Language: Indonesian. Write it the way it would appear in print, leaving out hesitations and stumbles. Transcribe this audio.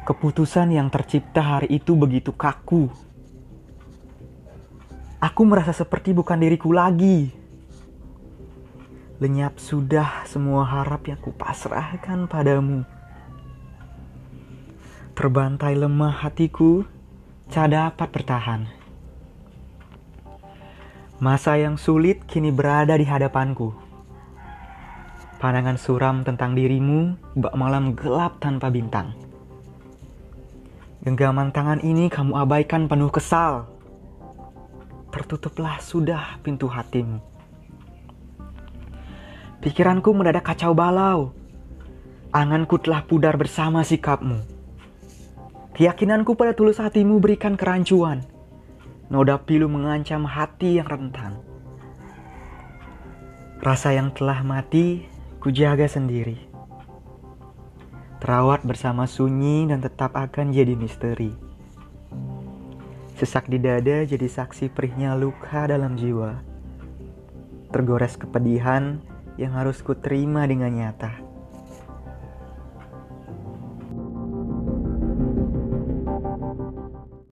Keputusan yang tercipta hari itu begitu kaku. Aku merasa seperti bukan diriku lagi. Lenyap sudah semua harap yang kupasrahkan padamu. Terbantai lemah hatiku, tak dapat bertahan. Masa yang sulit kini berada di hadapanku. Pandangan suram tentang dirimu, bak malam gelap tanpa bintang. Genggaman tangan ini kamu abaikan penuh kesal. Tertutuplah sudah pintu hatimu. Pikiranku mendadak kacau balau. Anganku telah pudar bersama sikapmu. Keyakinanku pada tulus hatimu berikan kerancuan. Noda pilu mengancam hati yang rentan. Rasa yang telah mati, kujaga sendiri. Terawat bersama sunyi dan tetap akan jadi misteri. Sesak di dada jadi saksi perihnya luka dalam jiwa. Tergores kepedihan yang harus ku terima dengan nyata.